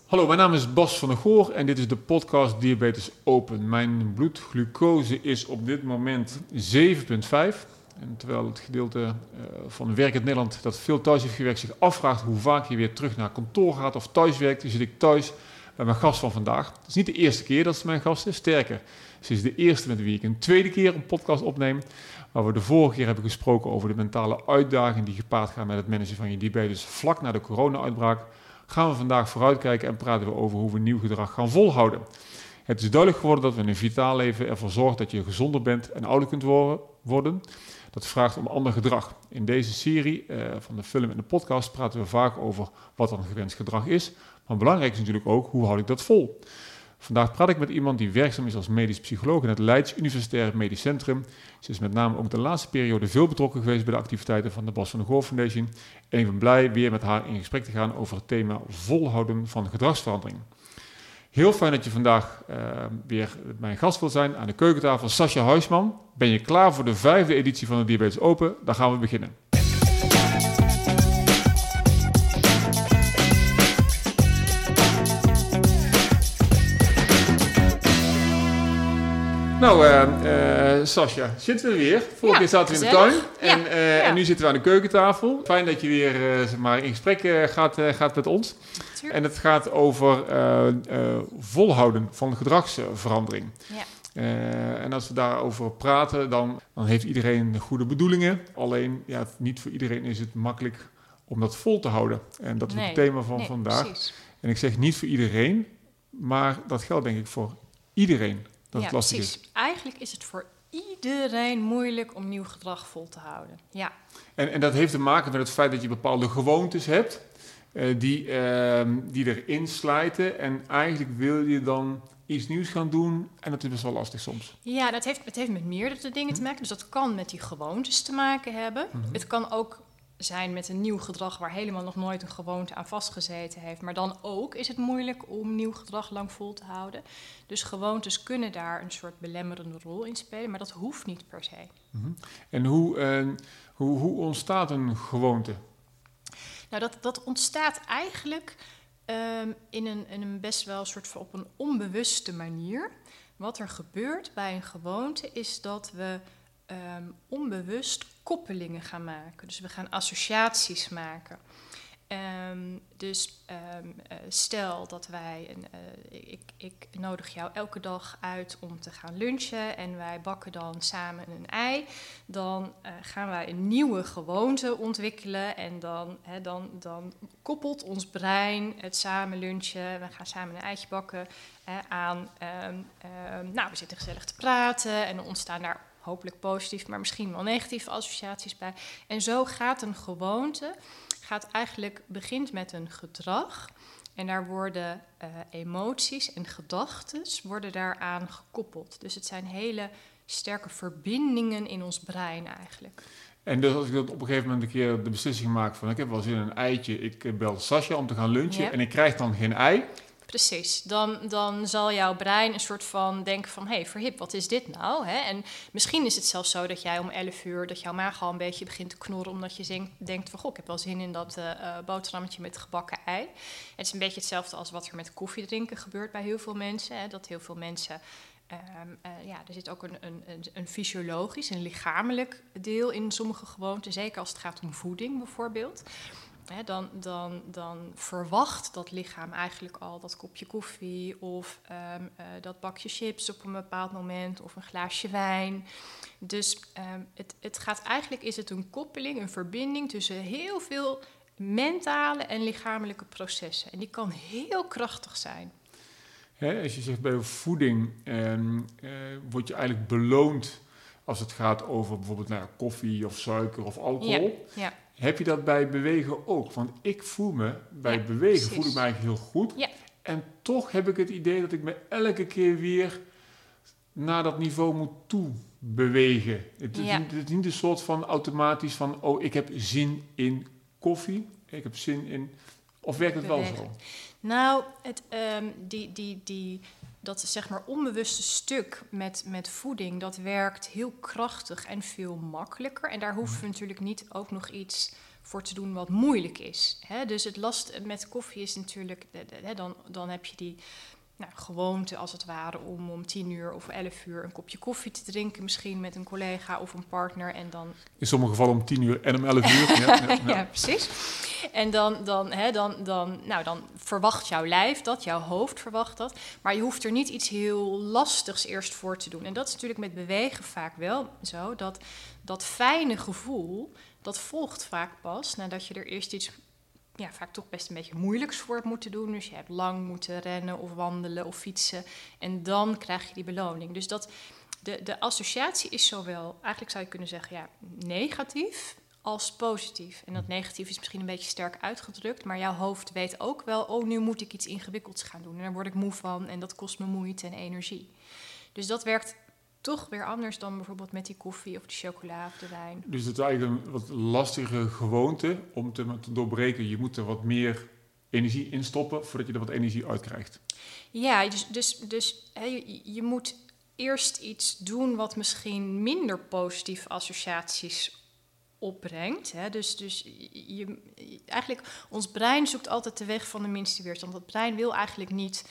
Hallo, mijn naam is Bas van der Goor en dit is de podcast Diabetes Open. Mijn bloedglucose is op dit moment 7,5. En terwijl het gedeelte van Werkend Nederland dat veel thuis heeft gewerkt zich afvraagt hoe vaak je weer terug naar kantoor gaat of thuis werkt, dan zit ik thuis bij mijn gast van vandaag. Het is niet de eerste keer dat ze mijn gast is, sterker. Ze is de eerste met wie ik een tweede keer een podcast opneem, waar we de vorige keer hebben gesproken over de mentale uitdagingen die gepaard gaan met het managen van je diabetes vlak na de corona-uitbraak. Gaan we vandaag vooruitkijken en praten we over hoe we nieuw gedrag gaan volhouden. Het is duidelijk geworden dat we in een vitaal leven ervoor zorgen dat je gezonder bent en ouder kunt worden. Dat vraagt om ander gedrag. In deze serie van de film en de podcast praten we vaak over wat dan gewenst gedrag is. Maar belangrijk is natuurlijk ook, hoe houd ik dat vol? Vandaag praat ik met iemand die werkzaam is als medisch psycholoog in het Leids Universitair Medisch Centrum. Ze is met name ook de laatste periode veel betrokken geweest bij de activiteiten van de Bas van der Goor Foundation. En ik ben blij weer met haar in gesprek te gaan over het thema volhouden van gedragsverandering. Heel fijn dat je vandaag weer mijn gast wilt zijn aan de keukentafel. Sascha Huisman, ben je klaar voor de 5e editie van de Diabetes Open? Dan gaan we beginnen. Nou, Sascha, zitten we weer. Vorige keer zaten we in de tuin en nu zitten we aan de keukentafel. Fijn dat je weer in gesprek gaat met ons. Tuurlijk. En het gaat over volhouden van gedragsverandering. Ja. En als we daarover praten, dan heeft iedereen goede bedoelingen. Alleen, niet voor iedereen is het makkelijk om dat vol te houden. En dat is het thema van vandaag. Precies. En ik zeg niet voor iedereen, maar dat geldt denk ik voor iedereen. Dat het lastig precies. Is. Eigenlijk is het voor iedereen moeilijk om nieuw gedrag vol te houden. Ja. En dat heeft te maken met het feit dat je bepaalde gewoontes hebt die erin slijten. En eigenlijk wil je dan iets nieuws gaan doen en dat is best wel lastig soms. Ja, het heeft met meerdere dingen te maken. Dus dat kan met die gewoontes te maken hebben. Mm-hmm. Het kan ook zijn met een nieuw gedrag waar helemaal nog nooit een gewoonte aan vastgezeten heeft. Maar dan ook is het moeilijk om nieuw gedrag lang vol te houden. Dus gewoontes kunnen daar een soort belemmerende rol in spelen, maar dat hoeft niet per se. Mm-hmm. En hoe ontstaat een gewoonte? Nou, dat ontstaat eigenlijk in een best wel soort van op een onbewuste manier. Wat er gebeurt bij een gewoonte is dat we onbewust koppelingen gaan maken. Dus we gaan associaties maken. Stel dat wij, ik nodig jou elke dag uit om te gaan lunchen en wij bakken dan samen een ei. Dan gaan wij een nieuwe gewoonte ontwikkelen en dan koppelt ons brein het samen lunchen. We gaan samen een eitje bakken aan. We zitten gezellig te praten en er ontstaan daar hopelijk positief, maar misschien wel negatieve associaties bij. En zo gaat een gewoonte, begint met een gedrag. En daar worden emoties en gedachten worden daaraan gekoppeld. Dus het zijn hele sterke verbindingen in ons brein eigenlijk. En dus als ik dat op een gegeven moment een keer de beslissing maak van ik heb wel zin in een eitje, ik bel Sascha om te gaan lunchen en ik krijg dan geen ei. Precies, dan zal jouw brein een soort van denken van verhip, wat is dit nou? Hè? En misschien is het zelfs zo dat jij om 11 uur, dat jouw maag al een beetje begint te knorren, omdat je denkt van ik heb wel zin in dat boterhammetje met gebakken ei. Het is een beetje hetzelfde als wat er met koffie drinken gebeurt bij heel veel mensen. Hè? Dat heel veel mensen, er zit ook een fysiologisch, een lichamelijk deel in sommige gewoonten, zeker als het gaat om voeding bijvoorbeeld. Dan verwacht dat lichaam eigenlijk al dat kopje koffie of dat bakje chips op een bepaald moment of een glaasje wijn. Dus is het een koppeling, een verbinding tussen heel veel mentale en lichamelijke processen. En die kan heel krachtig zijn. Als je zegt bij voeding, word je eigenlijk beloond als het gaat over bijvoorbeeld koffie of suiker of alcohol. Ja. Heb je dat bij bewegen ook? Want ik voel me bij bewegen voel ik me eigenlijk heel goed. Ja. En toch heb ik het idee dat ik me elke keer weer naar dat niveau moet toe bewegen. Het is niet een soort van automatisch van ik heb zin in koffie. Ik heb zin in... Of werkt het wel zo? Nou, dat zeg maar onbewuste stuk met voeding, dat werkt heel krachtig en veel makkelijker. En daar hoeven we natuurlijk niet ook nog iets voor te doen wat moeilijk is. Hè? Dus het last met koffie is natuurlijk, dan heb je die gewoonte als het ware om 10 of 11 een kopje koffie te drinken. Misschien met een collega of een partner. En dan... In sommige gevallen om 10 en om 11 Ja, precies. En dan verwacht jouw lijf dat, jouw hoofd verwacht dat. Maar je hoeft er niet iets heel lastigs eerst voor te doen. En dat is natuurlijk met bewegen vaak wel zo. Dat fijne gevoel, dat volgt vaak pas nadat je er eerst iets... vaak toch best een beetje moeilijks voor hebt moeten doen. Dus je hebt lang moeten rennen of wandelen of fietsen. En dan krijg je die beloning. Dus de associatie is zowel, eigenlijk zou je kunnen zeggen, negatief als positief. En dat negatief is misschien een beetje sterk uitgedrukt. Maar jouw hoofd weet ook wel, nu moet ik iets ingewikkelds gaan doen. En daar word ik moe van en dat kost me moeite en energie. Dus dat werkt toch weer anders dan bijvoorbeeld met die koffie of de chocola of de wijn. Dus het is eigenlijk een wat lastige gewoonte om te doorbreken. Je moet er wat meer energie in stoppen voordat je er wat energie uit krijgt. Ja, dus je moet eerst iets doen wat misschien minder positieve associaties opbrengt. Hè? Dus eigenlijk, ons brein zoekt altijd de weg van de minste weerstand. Het brein wil eigenlijk niet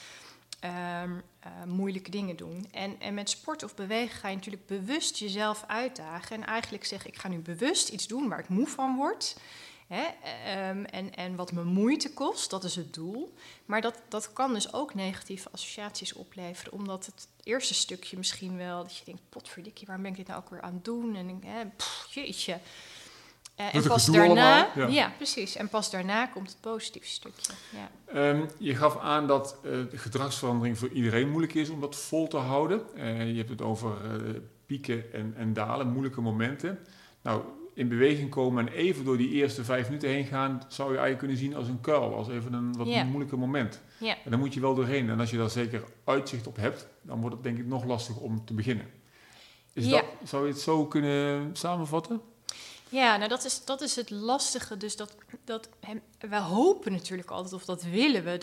moeilijke dingen doen. En met sport of bewegen ga je natuurlijk bewust jezelf uitdagen. En eigenlijk zeggen, ik ga nu bewust iets doen waar ik moe van word. Hè? En wat me moeite kost, dat is het doel. Maar dat kan dus ook negatieve associaties opleveren. Omdat het eerste stukje misschien wel, dat je denkt, potverdikkie, waarom ben ik dit nou ook weer aan het doen? En jeetje. En pas daarna, ja, precies. En pas daarna komt het positieve stukje. Ja. Je gaf aan dat gedragsverandering voor iedereen moeilijk is om dat vol te houden. Je hebt het over pieken en dalen, moeilijke momenten. Nou, in beweging komen en even door die eerste 5 minuten heen gaan, zou je eigenlijk kunnen zien als een kuil, als even een wat moeilijke moment. Ja. En dan moet je wel doorheen. En als je daar zeker uitzicht op hebt, dan wordt het denk ik nog lastiger om te beginnen. Zou je het zo kunnen samenvatten? Ja, nou dat is het lastige. Dus we hopen natuurlijk altijd, of dat willen we,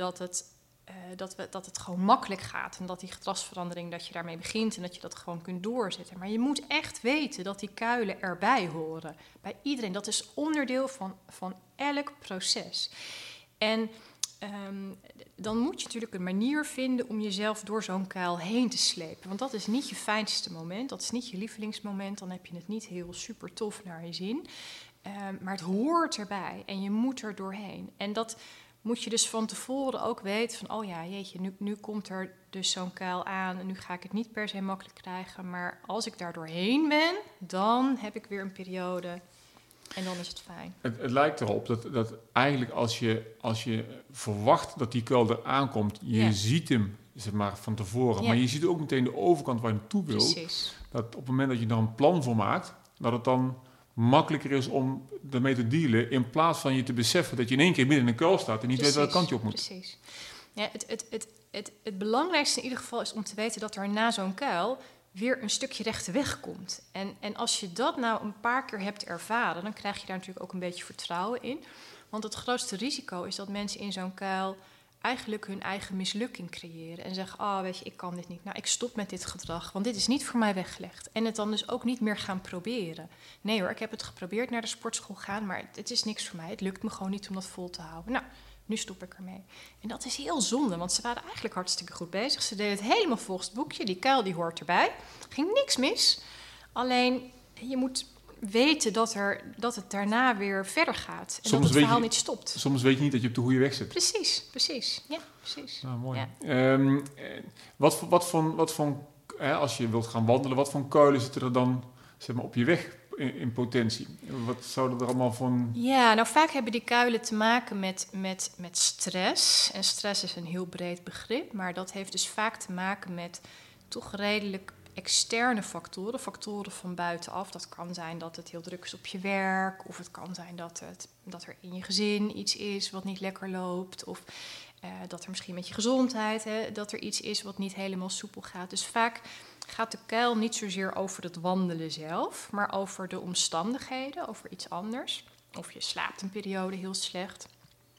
dat het gewoon makkelijk gaat. En dat die gedragsverandering, dat je daarmee begint en dat je dat gewoon kunt doorzetten. Maar je moet echt weten dat die kuilen erbij horen. Bij iedereen. Dat is onderdeel van elk proces. En dan moet je natuurlijk een manier vinden om jezelf door zo'n kuil heen te slepen. Want dat is niet je fijnste moment, dat is niet je lievelingsmoment. Dan heb je het niet heel super tof naar je zin. Maar het hoort erbij en je moet er doorheen. En dat moet je dus van tevoren ook weten van, oh ja, jeetje, nu komt er dus zo'n kuil aan en nu ga ik het niet per se makkelijk krijgen. Maar als ik daar doorheen ben, dan heb ik weer een periode en dan is het fijn. Het lijkt erop dat eigenlijk als je verwacht dat die kuil er aankomt, je ziet hem zeg maar van tevoren, maar je ziet ook meteen de overkant waar je naartoe wil. Precies. Dat op het moment dat je er een plan voor maakt, dat het dan makkelijker is om ermee te dealen, in plaats van je te beseffen dat je in één keer midden in een kuil staat en niet weet welke kant je op moet. Precies. Ja, het belangrijkste in ieder geval is om te weten dat er na zo'n kuil weer een stukje rechte weg komt. En als je dat nou een paar keer hebt ervaren, dan krijg je daar natuurlijk ook een beetje vertrouwen in. Want het grootste risico is dat mensen in zo'n kuil eigenlijk hun eigen mislukking creëren. En zeggen, weet je, ik kan dit niet. Nou, ik stop met dit gedrag, want dit is niet voor mij weggelegd. En het dan dus ook niet meer gaan proberen. Nee hoor, ik heb het geprobeerd naar de sportschool gaan, maar het is niks voor mij. Het lukt me gewoon niet om dat vol te houden. Nou, nu stop ik ermee. En dat is heel zonde, want ze waren eigenlijk hartstikke goed bezig. Ze deden het helemaal volgens het boekje. Die kuil die hoort erbij. Er ging niks mis. Alleen, je moet weten dat het daarna weer verder gaat. En soms dat het verhaal niet stopt. Soms weet je niet dat je op de goede weg zit. Precies. Ja, precies. Nou, mooi. Ja. Wat voor als je wilt gaan wandelen, wat voor kuilen zitten er dan zeg maar, op je weg in potentie? Wat zouden er allemaal van... Ja, nou vaak hebben die kuilen te maken met stress. En stress is een heel breed begrip, maar dat heeft dus vaak te maken met toch redelijk externe factoren, factoren van buitenaf. Dat kan zijn dat het heel druk is op je werk, of het kan zijn dat er in je gezin iets is wat niet lekker loopt, of dat er misschien met je gezondheid, dat er iets is wat niet helemaal soepel gaat. Dus vaak gaat de kuil niet zozeer over het wandelen zelf, maar over de omstandigheden, over iets anders. Of je slaapt een periode heel slecht.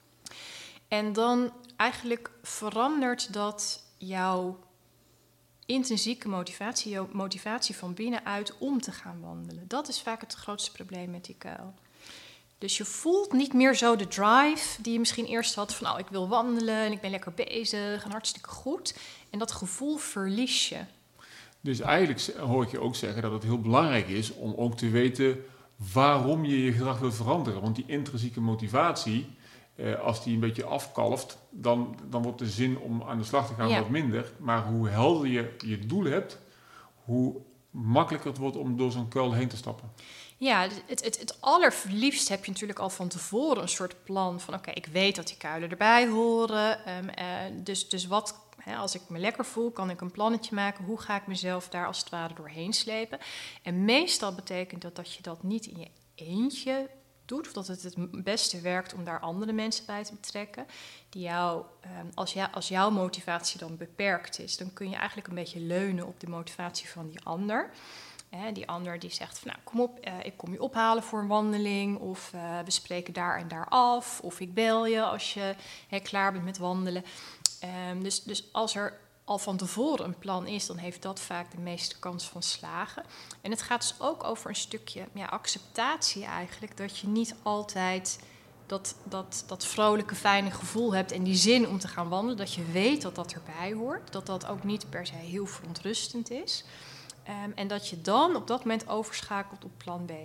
En dan eigenlijk verandert dat jouw intrinsieke motivatie, jouw motivatie van binnenuit om te gaan wandelen. Dat is vaak het grootste probleem met die kuil. Dus je voelt niet meer zo de drive die je misschien eerst had van... ik wil wandelen en ik ben lekker bezig en hartstikke goed. En dat gevoel verlies je. Dus eigenlijk hoor ik je ook zeggen dat het heel belangrijk is om ook te weten waarom je je gedrag wilt veranderen. Want die intrinsieke motivatie, als die een beetje afkalft, dan wordt de zin om aan de slag te gaan wat minder. Maar hoe helder je je doel hebt, hoe makkelijker het wordt om door zo'n kuil heen te stappen. Ja, het allerliefst heb je natuurlijk al van tevoren een soort plan van... oké, ik weet dat die kuilen erbij horen. Dus wat, als ik me lekker voel, kan ik een plannetje maken. Hoe ga ik mezelf daar als het ware doorheen slepen? En meestal betekent dat je dat niet in je eentje doet... of dat het beste werkt om daar andere mensen bij te betrekken. Die jou, als jouw motivatie dan beperkt is... dan kun je eigenlijk een beetje leunen op de motivatie van die ander... Die ander die zegt van kom op, ik kom je ophalen voor een wandeling... of we spreken daar en daar af, of ik bel je als je klaar bent met wandelen. Dus als er al van tevoren een plan is, dan heeft dat vaak de meeste kans van slagen. En het gaat dus ook over een stukje acceptatie eigenlijk... dat je niet altijd dat vrolijke, fijne gevoel hebt... en die zin om te gaan wandelen, dat je weet dat dat erbij hoort... dat ook niet per se heel verontrustend is... en dat je dan op dat moment overschakelt op plan B.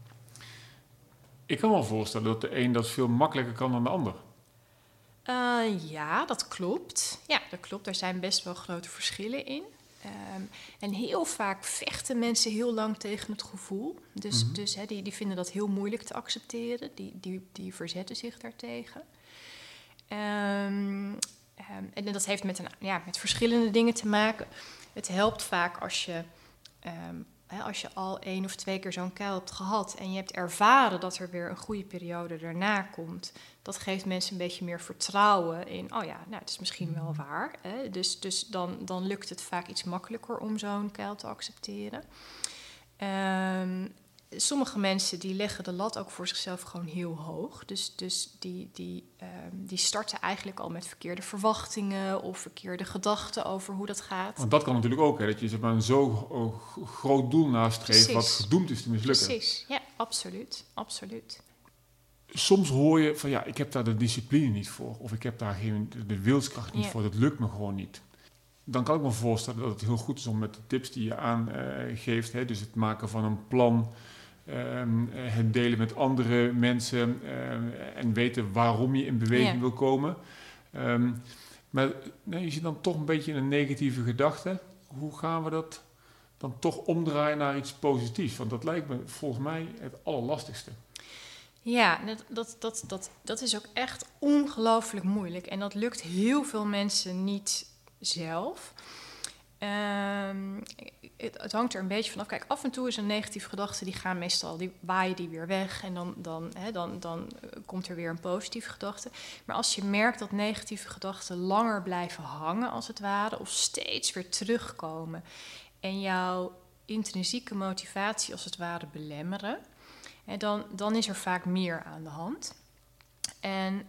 Ik kan me wel voorstellen dat de een dat veel makkelijker kan dan de ander. Ja, dat klopt. Ja, dat klopt. Daar zijn best wel grote verschillen in. En heel vaak vechten mensen heel lang tegen het gevoel. Dus die vinden dat heel moeilijk te accepteren. Die verzetten zich daartegen. En dat heeft met verschillende dingen te maken. Het helpt vaak als je al 1 of 2 keer zo'n kuil hebt gehad... en je hebt ervaren dat er weer een goede periode daarna komt... dat geeft mensen een beetje meer vertrouwen in... het is misschien wel waar. Hè? Dus dan lukt het vaak iets makkelijker om zo'n kuil te accepteren. Sommige mensen die leggen de lat ook voor zichzelf gewoon heel hoog. Dus die starten eigenlijk al met verkeerde verwachtingen... of verkeerde gedachten over hoe dat gaat. Want dat kan natuurlijk ook, dat je een zo groot doel nastreeft... wat gedoemd is te mislukken. Precies, ja, absoluut. Soms hoor je van ik heb daar de discipline niet voor... of ik heb daar de wilskracht niet voor, dat lukt me gewoon niet. Dan kan ik me voorstellen dat het heel goed is om met de tips die je aangeeft... dus het maken van een plan... het delen met andere mensen en weten waarom je in beweging wil komen. Maar je zit dan toch een beetje in een negatieve gedachte. Hoe gaan we dat dan toch omdraaien naar iets positiefs? Want dat lijkt me volgens mij het allerlastigste. Ja, dat is ook echt ongelooflijk moeilijk. En dat lukt heel veel mensen niet zelf. Het hangt er een beetje vanaf. Kijk, af en toe is een negatieve gedachte, die gaan meestal, die waaien die weer weg en dan komt er weer een positieve gedachte. Maar als je merkt dat negatieve gedachten langer blijven hangen, als het ware, of steeds weer terugkomen en jouw intrinsieke motivatie als het ware belemmeren, dan is er vaak meer aan de hand. En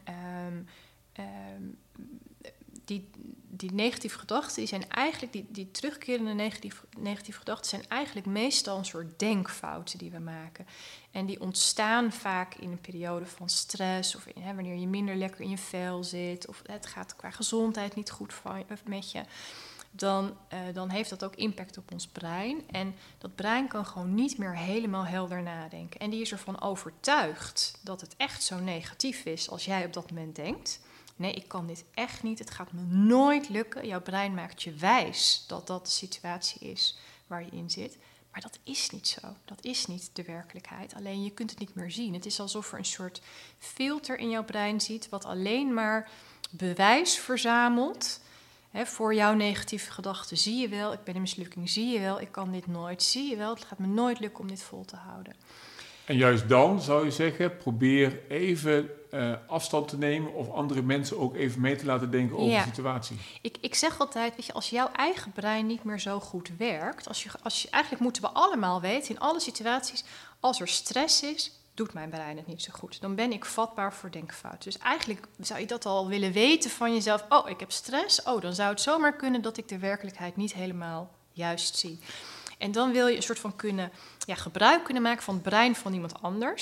die negatieve gedachten, die zijn eigenlijk, die terugkerende negatieve gedachten zijn eigenlijk meestal een soort denkfouten die we maken. En die ontstaan vaak in een periode van stress of wanneer je minder lekker in je vel zit of het gaat qua gezondheid niet goed met je. Dan heeft dat ook impact op ons brein. En dat brein kan gewoon niet meer helemaal helder nadenken. En die is ervan overtuigd dat het echt zo negatief is als jij op dat moment denkt. Nee, ik kan dit echt niet, het gaat me nooit lukken. Jouw brein maakt je wijs dat dat de situatie is waar je in zit. Maar dat is niet zo. Dat is niet de werkelijkheid. Alleen je kunt het niet meer zien. Het is alsof er een soort filter in jouw brein zit wat alleen maar bewijs verzamelt voor jouw negatieve gedachten. Zie je wel, ik ben een mislukking. Zie je wel, ik kan dit nooit. Zie je wel, het gaat me nooit lukken om dit vol te houden. En juist dan zou je zeggen, probeer even afstand te nemen of andere mensen ook even mee te laten denken over de situatie. Ik zeg altijd, weet je, als jouw eigen brein niet meer zo goed werkt, eigenlijk moeten we allemaal weten in alle situaties, als er stress is, doet mijn brein het niet zo goed. Dan ben ik vatbaar voor denkfouten. Dus eigenlijk zou je dat al willen weten van jezelf. Oh, ik heb stress. Oh, dan zou het zomaar kunnen dat ik de werkelijkheid niet helemaal juist zie. En dan wil je een soort van gebruik kunnen maken van het brein van iemand anders.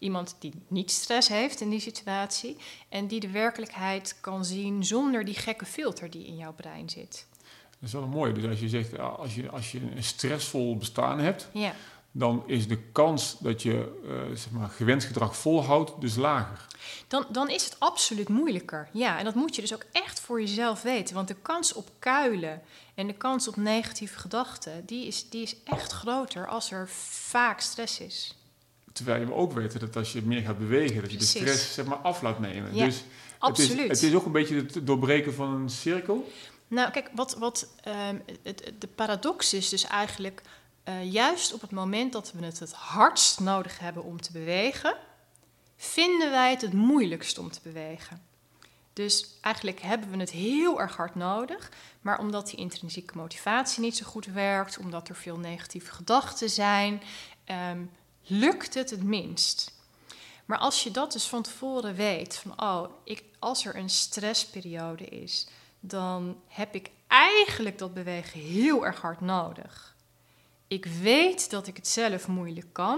iemand die niet stress heeft in die situatie en die de werkelijkheid kan zien zonder die gekke filter die in jouw brein zit. Dat is wel een mooie. Dus als je zegt, als je een stressvol bestaan hebt, Ja. dan is de kans dat je gewenst gedrag volhoudt dus lager. Dan is het absoluut moeilijker. Ja, en dat moet je dus ook echt voor jezelf weten. Want de kans op kuilen en de kans op negatieve gedachten, die is echt groter als er vaak stress is. Terwijl we ook weten dat als je meer gaat bewegen, dat je de stress af laat nemen. Ja, dus absoluut. Het is ook een beetje het doorbreken van een cirkel. Nou, kijk, de paradox is dus eigenlijk juist op het moment dat we het hardst nodig hebben om te bewegen, vinden wij het moeilijkst om te bewegen. Dus eigenlijk hebben we het heel erg hard nodig, maar omdat die intrinsieke motivatie niet zo goed werkt, omdat er veel negatieve gedachten zijn, lukt het minst. Maar als je dat dus van tevoren weet, van als er een stressperiode is, dan heb ik eigenlijk dat bewegen heel erg hard nodig. Ik weet dat ik het zelf moeilijk kan.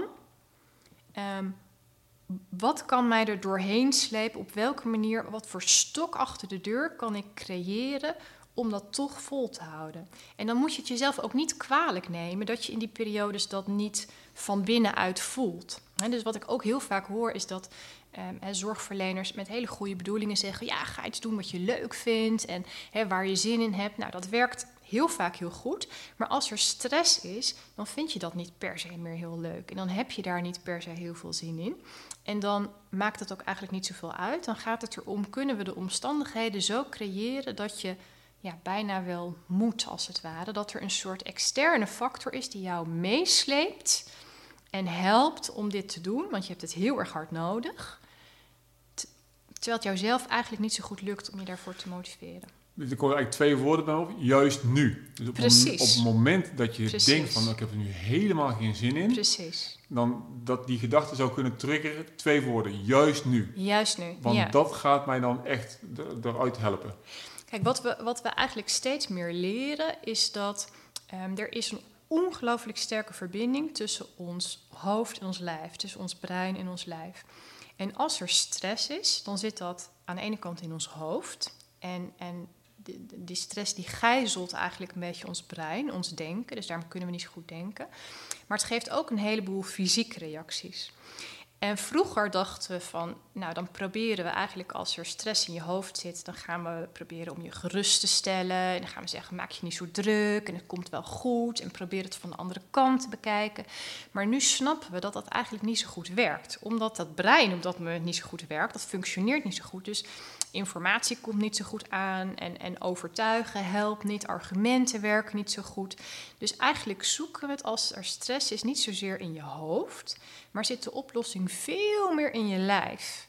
Wat kan mij er doorheen slepen? Op welke manier, wat voor stok achter de deur kan ik creëren om dat toch vol te houden? En dan moet je het jezelf ook niet kwalijk nemen dat je in die periodes dat niet van binnenuit voelt. Dus wat ik ook heel vaak hoor is dat zorgverleners met hele goede bedoelingen zeggen, ja, ga iets doen wat je leuk vindt en waar je zin in hebt. Nou, dat werkt heel vaak heel goed. Maar als er stress is, dan vind je dat niet per se meer heel leuk. En dan heb je daar niet per se heel veel zin in. En dan maakt het ook eigenlijk niet zoveel uit. Dan gaat het erom, kunnen we de omstandigheden zo creëren dat je bijna wel moet, als het ware. Dat er een soort externe factor is die jou meesleept en helpt om dit te doen. Want je hebt het heel erg hard nodig. Terwijl het jouzelf eigenlijk niet zo goed lukt om je daarvoor te motiveren. Dus er komen eigenlijk 2 woorden bij op. Juist nu. Dus op het moment dat je denkt van, ik heb er nu helemaal geen zin in. Precies. Dan dat die gedachte zou kunnen triggeren. 2 woorden. Juist nu. Juist nu, Want dat gaat mij dan echt eruit helpen. Kijk, wat we eigenlijk steeds meer leren is dat er is een ongelooflijk sterke verbinding tussen ons hoofd en ons lijf. Tussen ons brein en ons lijf. En als er stress is, dan zit dat aan de ene kant in ons hoofd. En die stress die gijzelt eigenlijk een beetje ons brein, ons denken. Dus daarom kunnen we niet zo goed denken. Maar het geeft ook een heleboel fysieke reacties. En vroeger dachten we van, nou dan proberen we eigenlijk als er stress in je hoofd zit, dan gaan we proberen om je gerust te stellen. En dan gaan we zeggen, maak je niet zo druk en het komt wel goed. En probeer het van de andere kant te bekijken. Maar nu snappen we dat dat eigenlijk niet zo goed werkt. Omdat dat brein op dat moment niet zo goed werkt, dat functioneert niet zo goed. Dus informatie komt niet zo goed aan en overtuigen helpt niet, argumenten werken niet zo goed. Dus eigenlijk zoeken we het als er stress is niet zozeer in je hoofd, maar zit de oplossing veel meer in je lijf.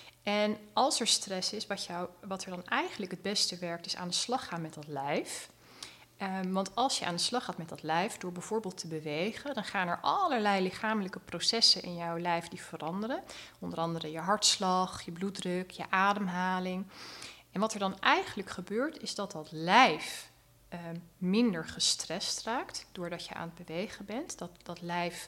En als er stress is, wat er dan eigenlijk het beste werkt, is aan de slag gaan met dat lijf. Want als je aan de slag gaat met dat lijf, door bijvoorbeeld te bewegen, dan gaan er allerlei lichamelijke processen in jouw lijf die veranderen. Onder andere je hartslag, je bloeddruk, je ademhaling. En wat er dan eigenlijk gebeurt, is dat dat lijf minder gestrest raakt, doordat je aan het bewegen bent. Dat lijf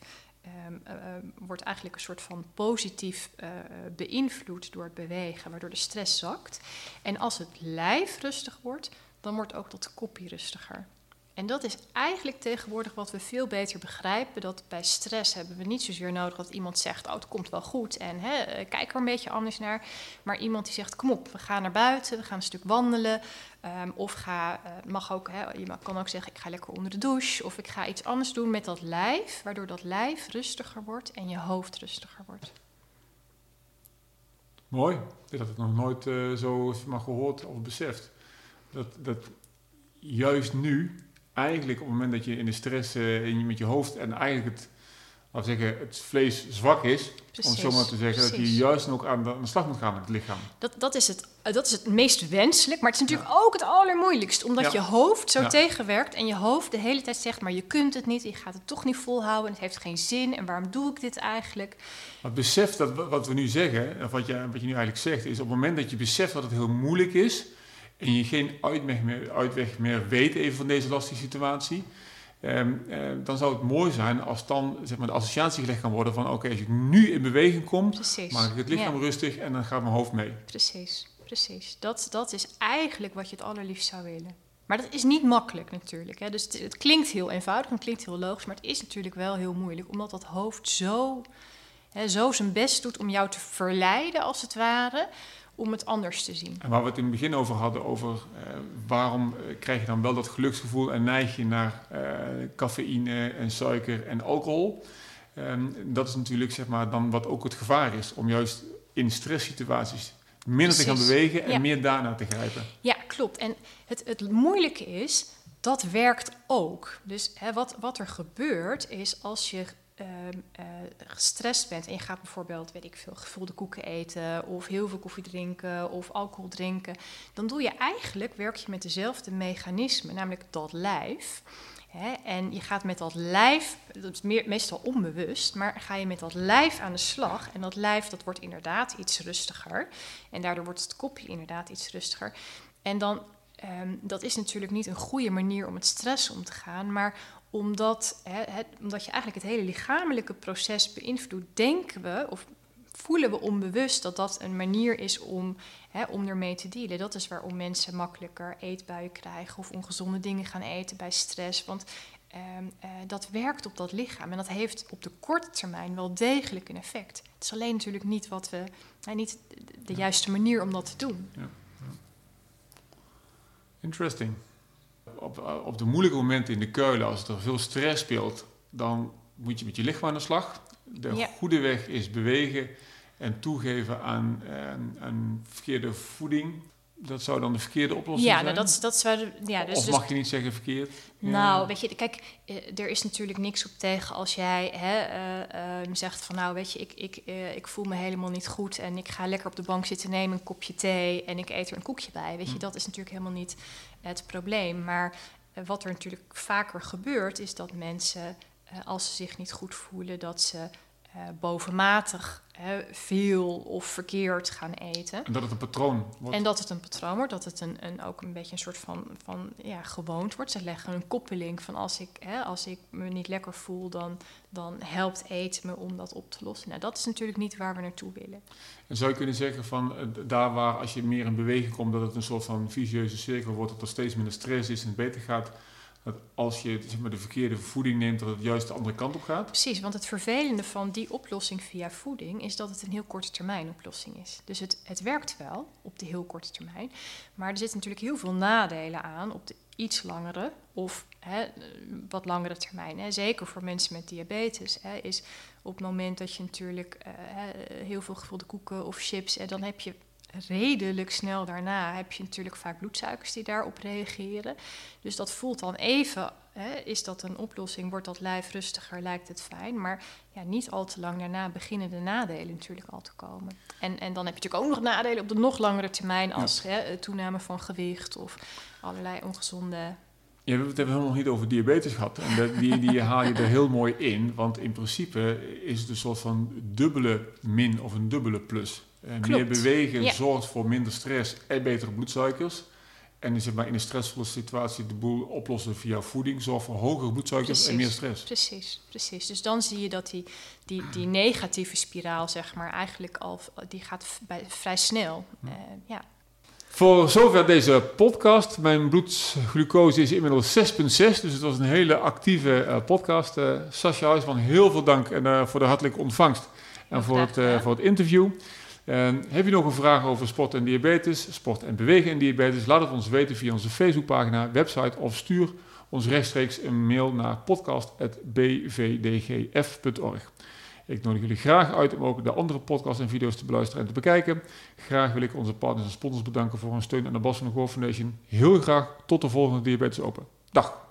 wordt eigenlijk een soort van positief beïnvloed door het bewegen, waardoor de stress zakt. En als het lijf rustig wordt, dan wordt ook dat koppie rustiger. En dat is eigenlijk tegenwoordig wat we veel beter begrijpen, dat bij stress hebben we niet zozeer nodig dat iemand zegt, het komt wel goed en kijk er een beetje anders naar. Maar iemand die zegt, kom op, we gaan naar buiten, we gaan een stuk wandelen. Je kan ook zeggen, ik ga lekker onder de douche of ik ga iets anders doen met dat lijf, waardoor dat lijf rustiger wordt en je hoofd rustiger wordt. Mooi, ik had het nog nooit zo gehoord of beseft. Dat juist nu, eigenlijk op het moment dat je in de stress met je hoofd en eigenlijk het vlees zwak is, Precies, om het zo maar te zeggen, dat je juist ook aan de slag moet gaan met het lichaam. Dat is het meest wenselijk, maar het is natuurlijk ook het allermoeilijkst, omdat je hoofd zo tegenwerkt en je hoofd de hele tijd zegt, maar je kunt het niet, je gaat het toch niet volhouden, het heeft geen zin en waarom doe ik dit eigenlijk? Maar besef dat wat we nu zeggen, of wat je nu eigenlijk zegt, is op het moment dat je beseft dat het heel moeilijk is en je geen uitweg meer weet even van deze lastige situatie, Dan zou het mooi zijn als dan zeg maar, de associatie gelegd kan worden van oké, als ik nu in beweging kom, Precies. maak ik het lichaam rustig en dan gaat mijn hoofd mee. Precies. Dat is eigenlijk wat je het allerliefst zou willen. Maar dat is niet makkelijk natuurlijk. Hè. Dus het klinkt heel eenvoudig, het klinkt heel logisch, maar het is natuurlijk wel heel moeilijk, omdat dat hoofd zo zijn best doet om jou te verleiden, als het ware, om het anders te zien. En waar we het in het begin over hadden, over waarom krijg je dan wel dat geluksgevoel en neig je naar cafeïne en suiker en alcohol. Dat is natuurlijk zeg maar dan wat ook het gevaar is, om juist in stresssituaties minder te gaan bewegen en meer daarna te grijpen. Ja, klopt. En het moeilijke is, dat werkt ook. Dus wat er gebeurt is, als je gestrest bent en je gaat bijvoorbeeld, weet ik veel, gevulde koeken eten of heel veel koffie drinken of alcohol drinken, dan werk je met dezelfde mechanismen, namelijk dat lijf. En je gaat met dat lijf, dat is meestal onbewust, maar ga je met dat lijf aan de slag. En dat lijf, dat wordt inderdaad iets rustiger. En daardoor wordt het kopje inderdaad iets rustiger. En dan, dat is natuurlijk niet een goede manier om met stress om te gaan, maar omdat je eigenlijk het hele lichamelijke proces beïnvloedt, denken we of voelen we onbewust dat dat een manier is om ermee te dealen. Dat is waarom mensen makkelijker eetbuien krijgen of ongezonde dingen gaan eten bij stress. Want dat werkt op dat lichaam en dat heeft op de korte termijn wel degelijk een effect. Het is alleen natuurlijk niet niet de juiste manier om dat te doen. Ja. Interesting. Op de moeilijke momenten in de kuilen, als er veel stress speelt, dan moet je met je lichaam aan de slag. De goede weg is bewegen en toegeven aan verkeerde voeding. Dat zou dan de verkeerde oplossing zijn? Dus mag je niet zeggen verkeerd? Nou, weet je, kijk, er is natuurlijk niks op tegen als jij zegt van nou, weet je, ik voel me helemaal niet goed en ik ga lekker op de bank zitten, neem een kopje thee en ik eet er een koekje bij. Weet je, dat is natuurlijk helemaal niet het probleem. Maar wat er natuurlijk vaker gebeurt, is dat mensen, als ze zich niet goed voelen, dat ze bovenmatig veel of verkeerd gaan eten. En dat het een patroon wordt. En dat het een patroon wordt, dat het ook een beetje een soort van gewoond wordt. Ze leggen een koppeling van als ik me niet lekker voel, dan helpt eten me om dat op te lossen. Nou, dat is natuurlijk niet waar we naartoe willen. En zou je kunnen zeggen van daar waar als je meer in beweging komt, dat het een soort van vicieuze cirkel wordt, dat er steeds minder stress is en het beter gaat, dat als je zeg maar, de verkeerde voeding neemt, dat het juist de andere kant op gaat? Precies, want het vervelende van die oplossing via voeding is dat het een heel korte termijn oplossing is. Dus het werkt wel op de heel korte termijn, maar er zitten natuurlijk heel veel nadelen aan op de iets langere of wat langere termijn. Zeker voor mensen met diabetes is op het moment dat je natuurlijk heel veel gevulde koeken of chips, dan heb je redelijk snel daarna heb je natuurlijk vaak bloedsuikers die daarop reageren. Dus dat voelt dan even, is dat een oplossing, wordt dat lijf rustiger, lijkt het fijn. Maar niet al te lang daarna beginnen de nadelen natuurlijk al te komen. En dan heb je natuurlijk ook nog nadelen op de nog langere termijn als toename van gewicht of allerlei ongezonde. Ja, we hebben het helemaal nog niet over diabetes gehad. En die haal je er heel mooi in. Want in principe is het een soort van dubbele min of een dubbele plus. Meer bewegen zorgt voor minder stress en betere bloedsuikers. En zeg maar, in een stressvolle situatie de boel oplossen via voeding zorgt voor hogere bloedsuikers en meer stress. Precies. Dus dan zie je dat die negatieve spiraal, zeg maar, eigenlijk die gaat vrij snel. Voor zover deze podcast. Mijn bloedglucose is inmiddels 6,6. Dus het was een hele actieve podcast. Sascha Huisman, heel veel dank voor de hartelijke ontvangst. En voor het interview. Heb je nog een vraag over sport en diabetes, sport en bewegen en diabetes? Laat het ons weten via onze Facebookpagina, website of stuur ons rechtstreeks een mail naar podcast@bvdgf.org. Ik nodig jullie graag uit om ook de andere podcasts en video's te beluisteren en te bekijken. Graag wil ik onze partners en sponsors bedanken voor hun steun aan de Bas van de Goor Foundation. Heel graag tot de volgende Diabetes Open. Dag!